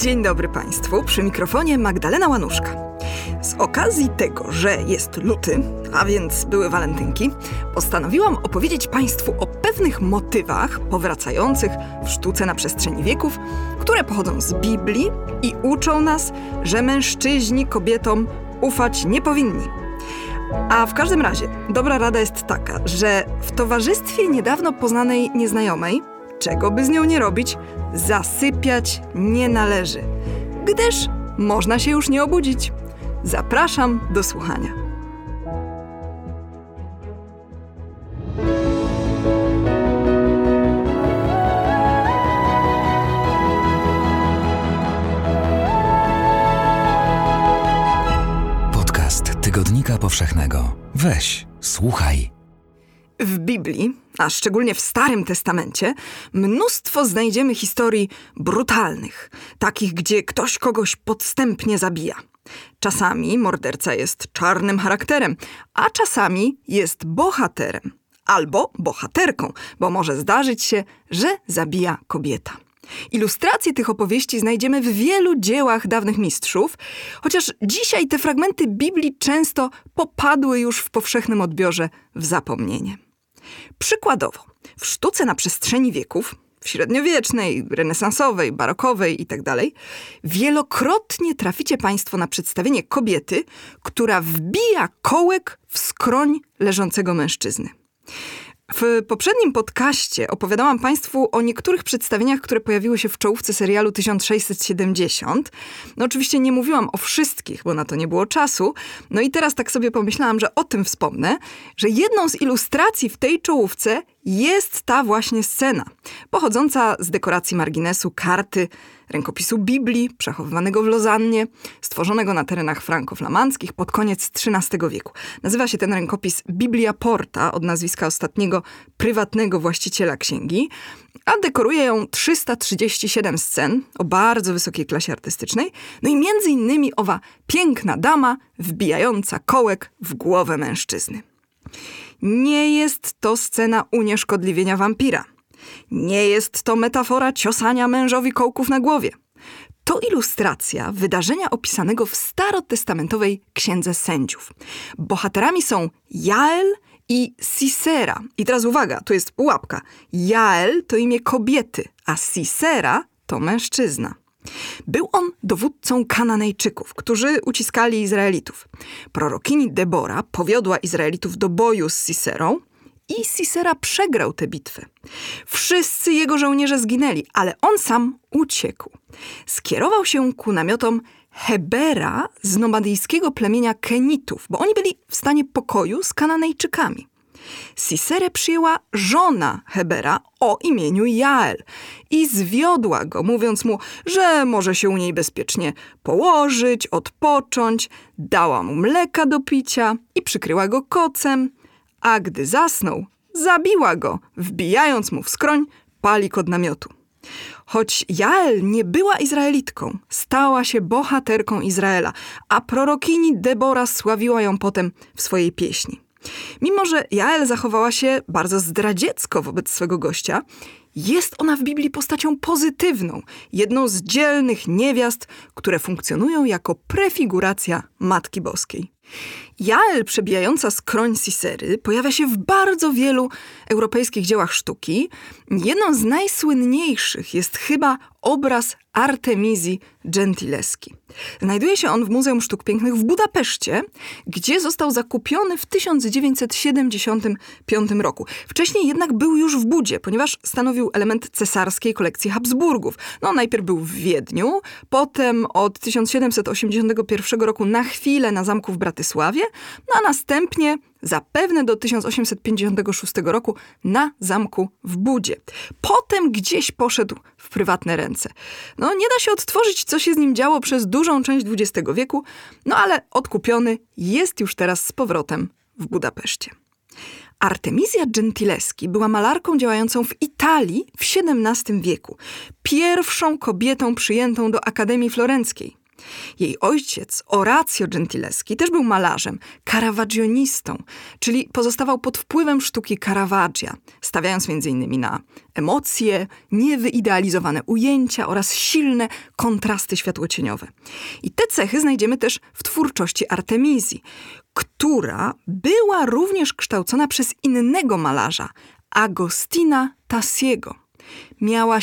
Dzień dobry Państwu, przy mikrofonie Magdalena Łanuszka. Z okazji tego, że jest luty, a więc były walentynki, postanowiłam opowiedzieć Państwu o pewnych motywach powracających w sztuce na przestrzeni wieków, które pochodzą z Biblii i uczą nas, że mężczyźni kobietom ufać nie powinni. A w każdym razie dobra rada jest taka, że w towarzystwie niedawno poznanej nieznajomej, czego by z nią nie robić, zasypiać nie należy, gdyż można się już nie obudzić. Zapraszam do słuchania. Podcast Tygodnika Powszechnego. Weź, słuchaj. W Biblii, a szczególnie w Starym Testamencie, mnóstwo znajdziemy historii brutalnych, takich, gdzie ktoś kogoś podstępnie zabija. Czasami morderca jest czarnym charakterem, a czasami jest bohaterem albo bohaterką, bo może zdarzyć się, że zabija kobieta. Ilustracje tych opowieści znajdziemy w wielu dziełach dawnych mistrzów, chociaż dzisiaj te fragmenty Biblii często popadły już w powszechnym odbiorze w zapomnienie. Przykładowo, w sztuce na przestrzeni wieków, w średniowiecznej, renesansowej, barokowej itd., wielokrotnie traficie Państwo na przedstawienie kobiety, która wbija kołek w skroń leżącego mężczyzny. W poprzednim podcaście opowiadałam Państwu o niektórych przedstawieniach, które pojawiły się w czołówce serialu 1670. No oczywiście nie mówiłam o wszystkich, bo na to nie było czasu. No i teraz tak sobie pomyślałam, że o tym wspomnę, że jedną z ilustracji w tej czołówce jest ta właśnie scena, pochodząca z dekoracji marginesu karty rękopisu Biblii, przechowywanego w Lozannie, stworzonego na terenach franko-flamandzkich pod koniec XIII wieku. Nazywa się ten rękopis Biblia Porta, od nazwiska ostatniego prywatnego właściciela księgi, a dekoruje ją 337 scen o bardzo wysokiej klasie artystycznej, no i między innymi owa piękna dama wbijająca kołek w głowę mężczyzny. Nie jest to scena unieszkodliwienia wampira. Nie jest to metafora ciosania mężowi kołków na głowie. To ilustracja wydarzenia opisanego w starotestamentowej Księdze Sędziów. Bohaterami są Jael i Sisera. I teraz uwaga, tu jest pułapka. Jael to imię kobiety, a Sisera to mężczyzna. Był on dowódcą Kananejczyków, którzy uciskali Izraelitów. Prorokini Debora powiodła Izraelitów do boju z Siserą i Sisera przegrał tę bitwę. Wszyscy jego żołnierze zginęli, ale on sam uciekł. Skierował się ku namiotom Hebera z nomadyjskiego plemienia Kenitów, bo oni byli w stanie pokoju z Kananejczykami. Siserę przyjęła żona Hebera o imieniu Jael i zwiodła go, mówiąc mu, że może się u niej bezpiecznie położyć, odpocząć, dała mu mleka do picia i przykryła go kocem, a gdy zasnął, zabiła go, wbijając mu w skroń palik od namiotu. Choć Jael nie była Izraelitką, stała się bohaterką Izraela, a prorokini Debora sławiła ją potem w swojej pieśni. Mimo że Jael zachowała się bardzo zdradziecko wobec swego gościa, jest ona w Biblii postacią pozytywną, jedną z dzielnych niewiast, które funkcjonują jako prefiguracja Matki Boskiej. Jael przebijająca skroń Sisery pojawia się w bardzo wielu europejskich dziełach sztuki. Jedną z najsłynniejszych jest chyba obraz Artemizji Gentileschi. Znajduje się on w Muzeum Sztuk Pięknych w Budapeszcie, gdzie został zakupiony w 1975 roku. Wcześniej jednak był już w Budzie, ponieważ stanowił element cesarskiej kolekcji Habsburgów. No, najpierw był w Wiedniu, potem od 1781 roku na chwilę na zamku w Bratysławie, no a następnie zapewne do 1856 roku na zamku w Budzie. Potem gdzieś poszedł w prywatne ręce. No nie da się odtworzyć, co się z nim działo przez dużą część XX wieku, no ale odkupiony jest już teraz z powrotem w Budapeszcie. Artemizja Gentileschi była malarką działającą w Italii w XVII wieku. Pierwszą kobietą przyjętą do Akademii Florenckiej. Jej ojciec, Orazio Gentileschi, też był malarzem, caravagionistą, czyli pozostawał pod wpływem sztuki Caravaggia, stawiając m.in. na emocje, niewyidealizowane ujęcia oraz silne kontrasty światłocieniowe. I te cechy znajdziemy też w twórczości Artemizji, która była również kształcona przez innego malarza, Agostina Tassiego. Miała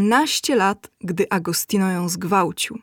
17 lat, gdy Agostino ją zgwałcił.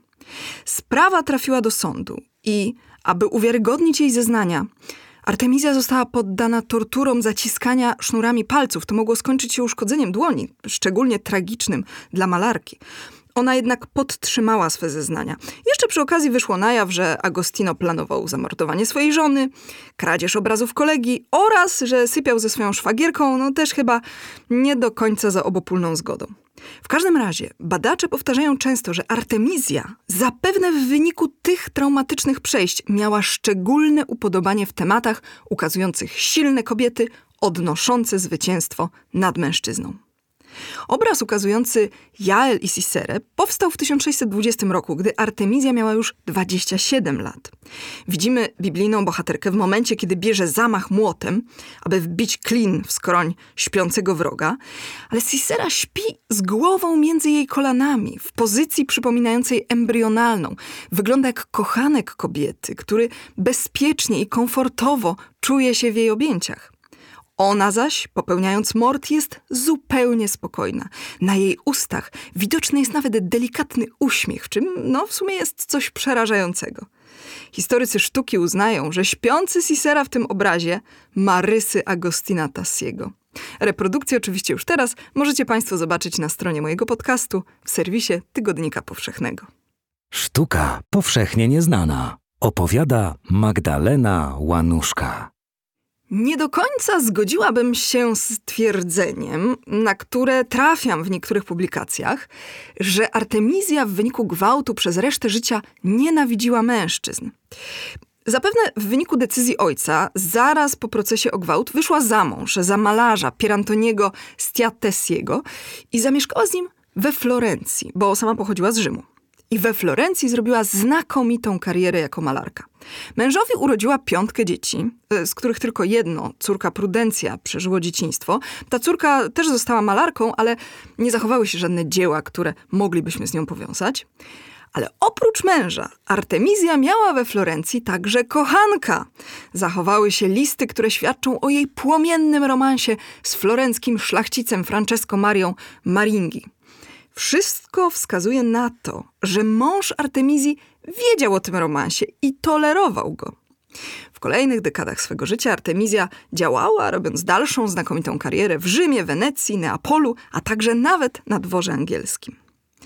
Sprawa trafiła do sądu i, aby uwiarygodnić jej zeznania, Artemizja została poddana torturom zaciskania sznurami palców. To mogło skończyć się uszkodzeniem dłoni, szczególnie tragicznym dla malarki. Ona jednak podtrzymała swe zeznania. Jeszcze przy okazji wyszło na jaw, że Agostino planował zamordowanie swojej żony, kradzież obrazów kolegi oraz, że sypiał ze swoją szwagierką, no też chyba nie do końca za obopólną zgodą. W każdym razie badacze powtarzają często, że Artemizja zapewne w wyniku tych traumatycznych przejść miała szczególne upodobanie w tematach ukazujących silne kobiety odnoszące zwycięstwo nad mężczyzną. Obraz ukazujący Jael i Siserę powstał w 1620 roku, gdy Artemizja miała już 27 lat. Widzimy biblijną bohaterkę w momencie, kiedy bierze zamach młotem, aby wbić klin w skroń śpiącego wroga, ale Sisera śpi z głową między jej kolanami, w pozycji przypominającej embrionalną. Wygląda jak kochanek kobiety, który bezpiecznie i komfortowo czuje się w jej objęciach. Ona zaś, popełniając mord, jest zupełnie spokojna. Na jej ustach widoczny jest nawet delikatny uśmiech, w czym w sumie jest coś przerażającego. Historycy sztuki uznają, że śpiący Sisera w tym obrazie ma rysy Agostina Tassiego. Reprodukcję oczywiście już teraz możecie Państwo zobaczyć na stronie mojego podcastu w serwisie Tygodnika Powszechnego. Sztuka powszechnie nieznana. Opowiada Magdalena Łanuszka. Nie do końca zgodziłabym się z twierdzeniem, na które trafiam w niektórych publikacjach, że Artemizja w wyniku gwałtu przez resztę życia nienawidziła mężczyzn. Zapewne w wyniku decyzji ojca, zaraz po procesie o gwałt, wyszła za mąż za malarza Pierantoniego Stiatessiego i zamieszkała z nim we Florencji, bo sama pochodziła z Rzymu. I we Florencji zrobiła znakomitą karierę jako malarka. Mężowi urodziła 5 dzieci, z których tylko jedno, córka Prudencja, przeżyło dzieciństwo. Ta córka też została malarką, ale nie zachowały się żadne dzieła, które moglibyśmy z nią powiązać. Ale oprócz męża, Artemizja miała we Florencji także kochanka. Zachowały się listy, które świadczą o jej płomiennym romansie z florenckim szlachcicem Francesco Marią Maringhi. Wszystko wskazuje na to, że mąż Artemizji wiedział o tym romansie i tolerował go. W kolejnych dekadach swego życia Artemizja działała, robiąc dalszą znakomitą karierę w Rzymie, Wenecji, Neapolu, a także nawet na dworze angielskim.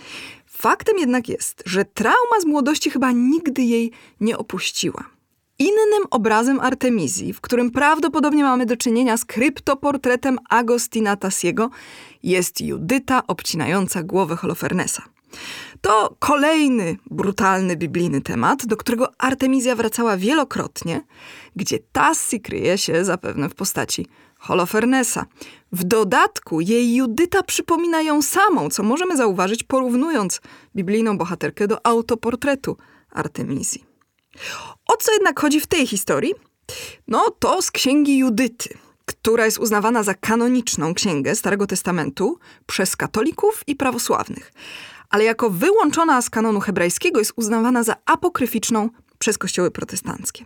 Faktem jednak jest, że trauma z młodości chyba nigdy jej nie opuściła. Innym obrazem Artemizji, w którym prawdopodobnie mamy do czynienia z kryptoportretem Agostina Tassiego, jest Judyta obcinająca głowę Holofernesa. To kolejny brutalny biblijny temat, do którego Artemizja wracała wielokrotnie, gdzie Tassi kryje się zapewne w postaci Holofernesa. W dodatku jej Judyta przypomina ją samą, co możemy zauważyć porównując biblijną bohaterkę do autoportretu Artemizji. O co jednak chodzi w tej historii? To z księgi Judyty, która jest uznawana za kanoniczną księgę Starego Testamentu przez katolików i prawosławnych, ale jako wyłączona z kanonu hebrajskiego jest uznawana za apokryficzną przez kościoły protestanckie.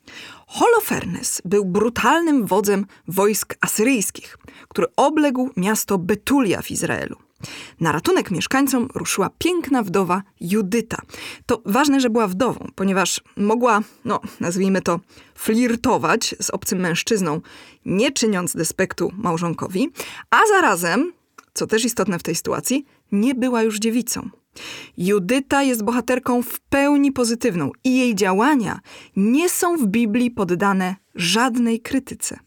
Holofernes był brutalnym wodzem wojsk asyryjskich, który obległ miasto Betulia w Izraelu. Na ratunek mieszkańcom ruszyła piękna wdowa Judyta. To ważne, że była wdową, ponieważ mogła, nazwijmy to, flirtować z obcym mężczyzną, nie czyniąc despektu małżonkowi, a zarazem, co też istotne w tej sytuacji, nie była już dziewicą. Judyta jest bohaterką w pełni pozytywną i jej działania nie są w Biblii poddane żadnej krytyce.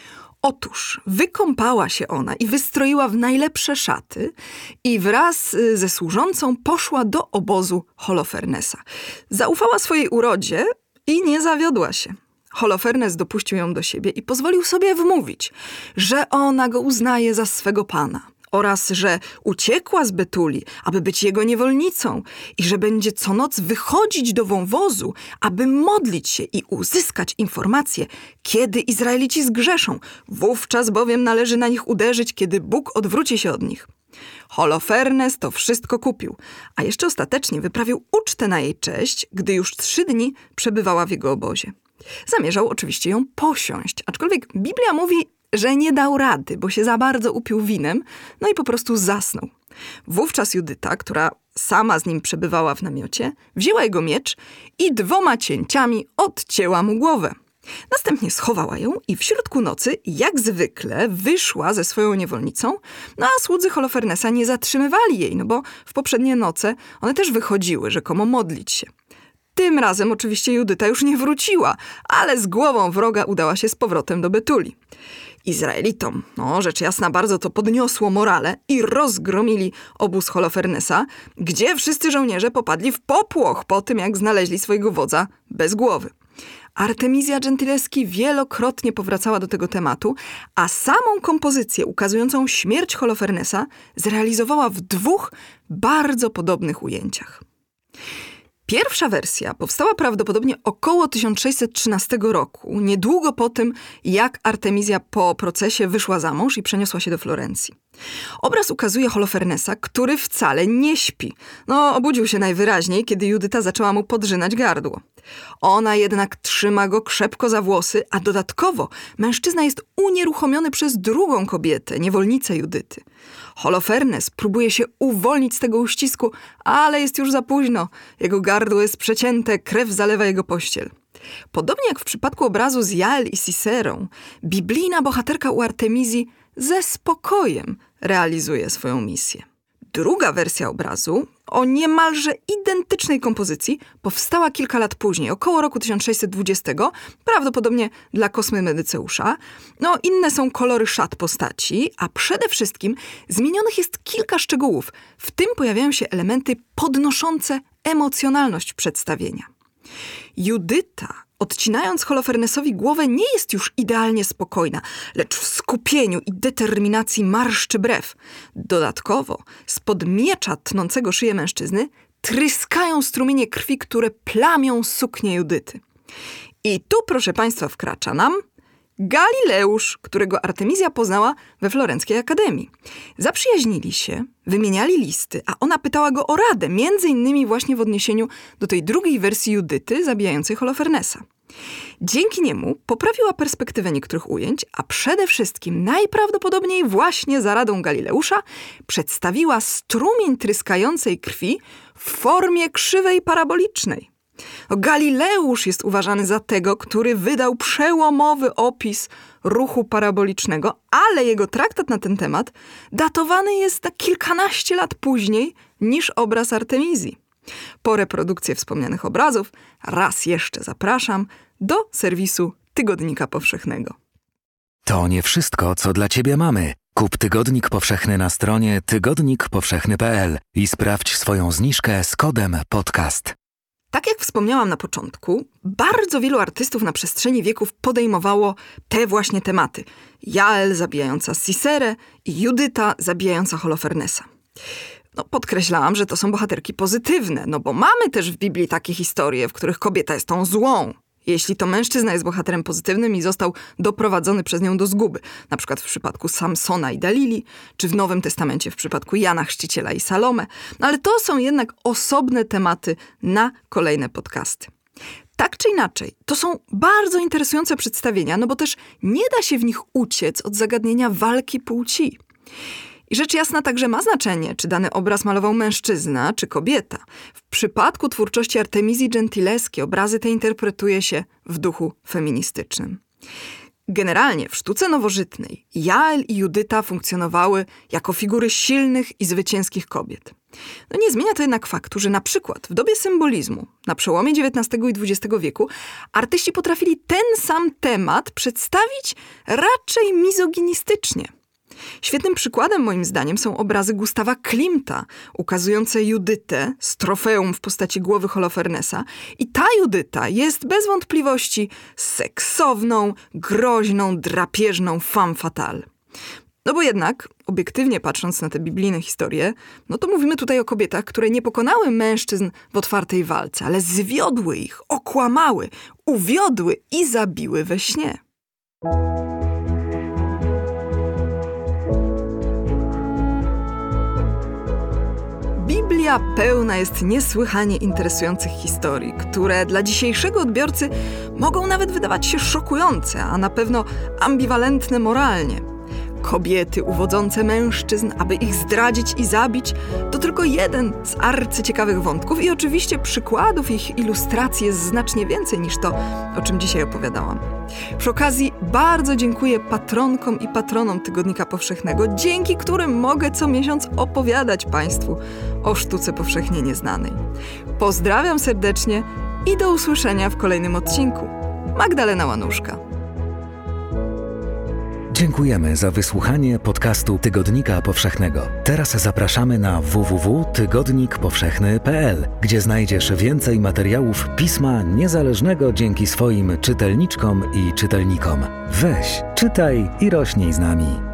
Otóż wykąpała się ona i wystroiła w najlepsze szaty i wraz ze służącą poszła do obozu Holofernesa. Zaufała swojej urodzie i nie zawiodła się. Holofernes dopuścił ją do siebie i pozwolił sobie wmówić, że ona go uznaje za swego pana oraz że uciekła z Betuli, aby być jego niewolnicą i że będzie co noc wychodzić do wąwozu, aby modlić się i uzyskać informacje, kiedy Izraelici zgrzeszą. Wówczas bowiem należy na nich uderzyć, kiedy Bóg odwróci się od nich. Holofernes to wszystko kupił, a jeszcze ostatecznie wyprawił ucztę na jej cześć, gdy już 3 dni przebywała w jego obozie. Zamierzał oczywiście ją posiąść, aczkolwiek Biblia mówi, że nie dał rady, bo się za bardzo upił winem, no i po prostu zasnął. Wówczas Judyta, która sama z nim przebywała w namiocie, wzięła jego miecz i 2 cięciami odcięła mu głowę. Następnie schowała ją i w środku nocy, jak zwykle, wyszła ze swoją niewolnicą, no a słudzy Holofernesa nie zatrzymywali jej, no bo w poprzednie noce one też wychodziły rzekomo modlić się. Tym razem oczywiście Judyta już nie wróciła, ale z głową wroga udała się z powrotem do Betuli. Izraelitom, rzecz jasna, bardzo to podniosło morale i rozgromili obóz Holofernesa, gdzie wszyscy żołnierze popadli w popłoch po tym, jak znaleźli swojego wodza bez głowy. Artemizja Gentileschi wielokrotnie powracała do tego tematu, a samą kompozycję ukazującą śmierć Holofernesa zrealizowała w 2 bardzo podobnych ujęciach. Pierwsza wersja powstała prawdopodobnie około 1613 roku, niedługo po tym, jak Artemizja po procesie wyszła za mąż i przeniosła się do Florencji. Obraz ukazuje Holofernesa, który wcale nie śpi. Obudził się najwyraźniej, kiedy Judyta zaczęła mu podrzynać gardło. Ona jednak trzyma go krzepko za włosy, a dodatkowo mężczyzna jest unieruchomiony przez drugą kobietę, niewolnicę Judyty. Holofernes próbuje się uwolnić z tego uścisku, ale jest już za późno. Jego gardło jest przecięte, krew zalewa jego pościel. Podobnie jak w przypadku obrazu z Jael i Siserą, biblijna bohaterka u Artemizji ze spokojem realizuje swoją misję. Druga wersja obrazu, o niemalże identycznej kompozycji, powstała kilka lat później, około roku 1620, prawdopodobnie dla Kosmy Medyceusza. Inne są kolory szat postaci, a przede wszystkim zmienionych jest kilka szczegółów. W tym pojawiają się elementy podnoszące emocjonalność przedstawienia. Judyta, odcinając Holofernesowi głowę, nie jest już idealnie spokojna, lecz w skupieniu i determinacji marszczy brew. Dodatkowo, spod miecza tnącego szyję mężczyzny tryskają strumienie krwi, które plamią suknię Judyty. I tu, proszę państwa, wkracza nam Galileusz, którego Artemizja poznała we florenckiej akademii. Zaprzyjaźnili się, wymieniali listy, a ona pytała go o radę, między innymi właśnie w odniesieniu do tej drugiej wersji Judyty zabijającej Holofernesa. Dzięki niemu poprawiła perspektywę niektórych ujęć, a przede wszystkim najprawdopodobniej właśnie za radą Galileusza przedstawiła strumień tryskającej krwi w formie krzywej parabolicznej. Galileusz jest uważany za tego, który wydał przełomowy opis ruchu parabolicznego, ale jego traktat na ten temat datowany jest na kilkanaście lat później niż obraz Artemizji. Po reprodukcję wspomnianych obrazów raz jeszcze zapraszam do serwisu Tygodnika Powszechnego. To nie wszystko, co dla Ciebie mamy. Kup Tygodnik Powszechny na stronie tygodnikpowszechny.pl i sprawdź swoją zniżkę z kodem podcast. Tak jak wspomniałam na początku, bardzo wielu artystów na przestrzeni wieków podejmowało te właśnie tematy. Jael zabijająca Siserę i Judyta zabijająca Holofernesa. Podkreślałam, że to są bohaterki pozytywne, bo mamy też w Biblii takie historie, w których kobieta jest tą złą. Jeśli to mężczyzna jest bohaterem pozytywnym i został doprowadzony przez nią do zguby, na przykład w przypadku Samsona i Dalili, czy w Nowym Testamencie w przypadku Jana Chrzciciela i Salome. Ale to są jednak osobne tematy na kolejne podcasty. Tak czy inaczej, to są bardzo interesujące przedstawienia, bo też nie da się w nich uciec od zagadnienia walki płci. I rzecz jasna także ma znaczenie, czy dany obraz malował mężczyzna, czy kobieta. W przypadku twórczości Artemizji Gentileschi obrazy te interpretuje się w duchu feministycznym. Generalnie w sztuce nowożytnej Jael i Judyta funkcjonowały jako figury silnych i zwycięskich kobiet. Nie zmienia to jednak faktu, że na przykład w dobie symbolizmu, na przełomie XIX i XX wieku, artyści potrafili ten sam temat przedstawić raczej mizoginistycznie. Świetnym przykładem moim zdaniem są obrazy Gustawa Klimta, ukazujące Judytę z trofeum w postaci głowy Holofernesa. I ta Judyta jest bez wątpliwości seksowną, groźną, drapieżną femme fatale. No bo jednak, obiektywnie patrząc na te biblijne historie, no to mówimy tutaj o kobietach, które nie pokonały mężczyzn w otwartej walce, ale zwiodły ich, okłamały, uwiodły i zabiły we śnie. Biblia pełna jest niesłychanie interesujących historii, które dla dzisiejszego odbiorcy mogą nawet wydawać się szokujące, a na pewno ambiwalentne moralnie. Kobiety uwodzące mężczyzn, aby ich zdradzić i zabić, to tylko jeden z arcyciekawych wątków i oczywiście przykładów ich ilustracji jest znacznie więcej niż to, o czym dzisiaj opowiadałam. Przy okazji bardzo dziękuję patronkom i patronom Tygodnika Powszechnego, dzięki którym mogę co miesiąc opowiadać Państwu o sztuce powszechnie nieznanej. Pozdrawiam serdecznie i do usłyszenia w kolejnym odcinku. Magdalena Łanuszka. Dziękujemy za wysłuchanie podcastu Tygodnika Powszechnego. Teraz zapraszamy na www.tygodnikpowszechny.pl, gdzie znajdziesz więcej materiałów pisma niezależnego dzięki swoim czytelniczkom i czytelnikom. Weź, czytaj i rośnij z nami.